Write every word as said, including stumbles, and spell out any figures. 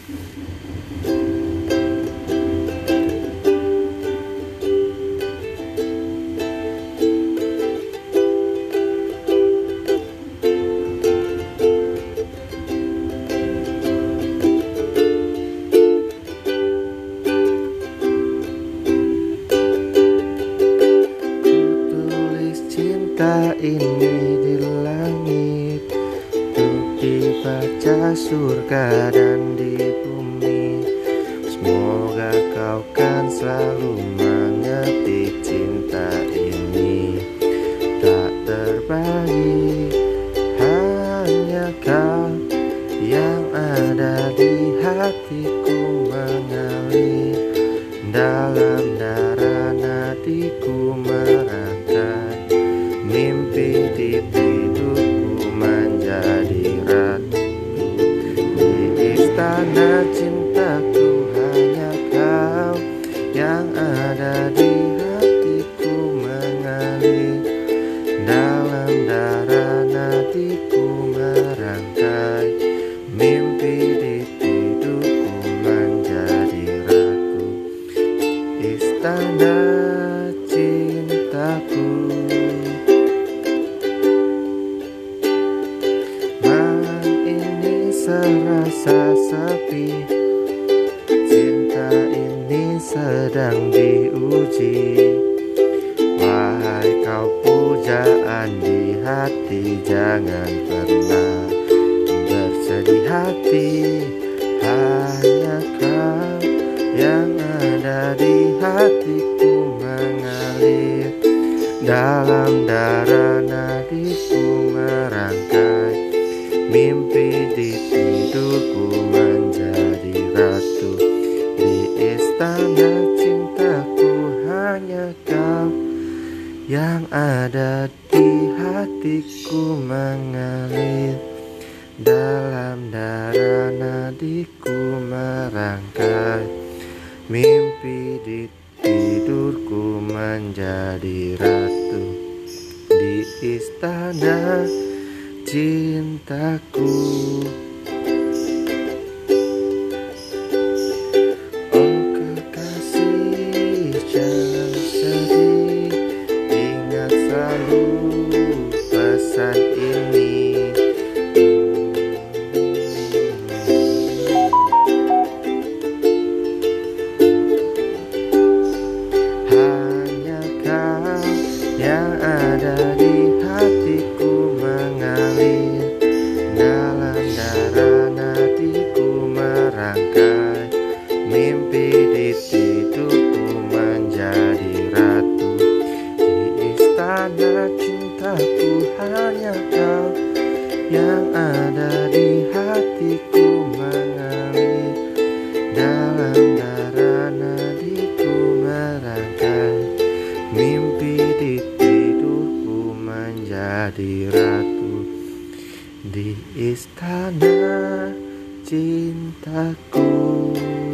Cinta ini di langit, untuk dibaca surga dan di bumi. Semoga kau kan selalu mengerti cinta ini tak terbagi. Hanya kau yang ada di hatiku mengalir, dalam darah nadiku merangkai. Mimpi di tidurku menjadi ratu. Di istana cintaku hanya kau yang ada di hatiku mengalir, dalam darah nadiku merangkai. Mimpi di tidurku menjadi ratu. Istana cintaku. Serasa sepi, cinta ini sedang diuji. Wahai kau pujaan di hati, jangan pernah bersedih hati. Hanya kau yang ada di hatiku mengalir, dalam darah nadiku merangkai. Mimpi di tidurku menjadi ratu. Di istana cintaku hanya kau yang ada di hatiku mengalir, dalam darah nadiku merangkai. Mimpi di tidurku menjadi ratu. Di istana cintaku. Oh kekasih, jangan sedih, ingat selalu pesan ini. Hanya kau yang ada di hatiku mengalir, dalam darah nadiku merangkai. Mimpi di tidurku menjadi ratu. Di istana cintaku hanya kau yang ada di hatiku mengalir, dalam darah nadiku merangkai. Mimpi di tidurku menjadi ratu. Di istana cintaku.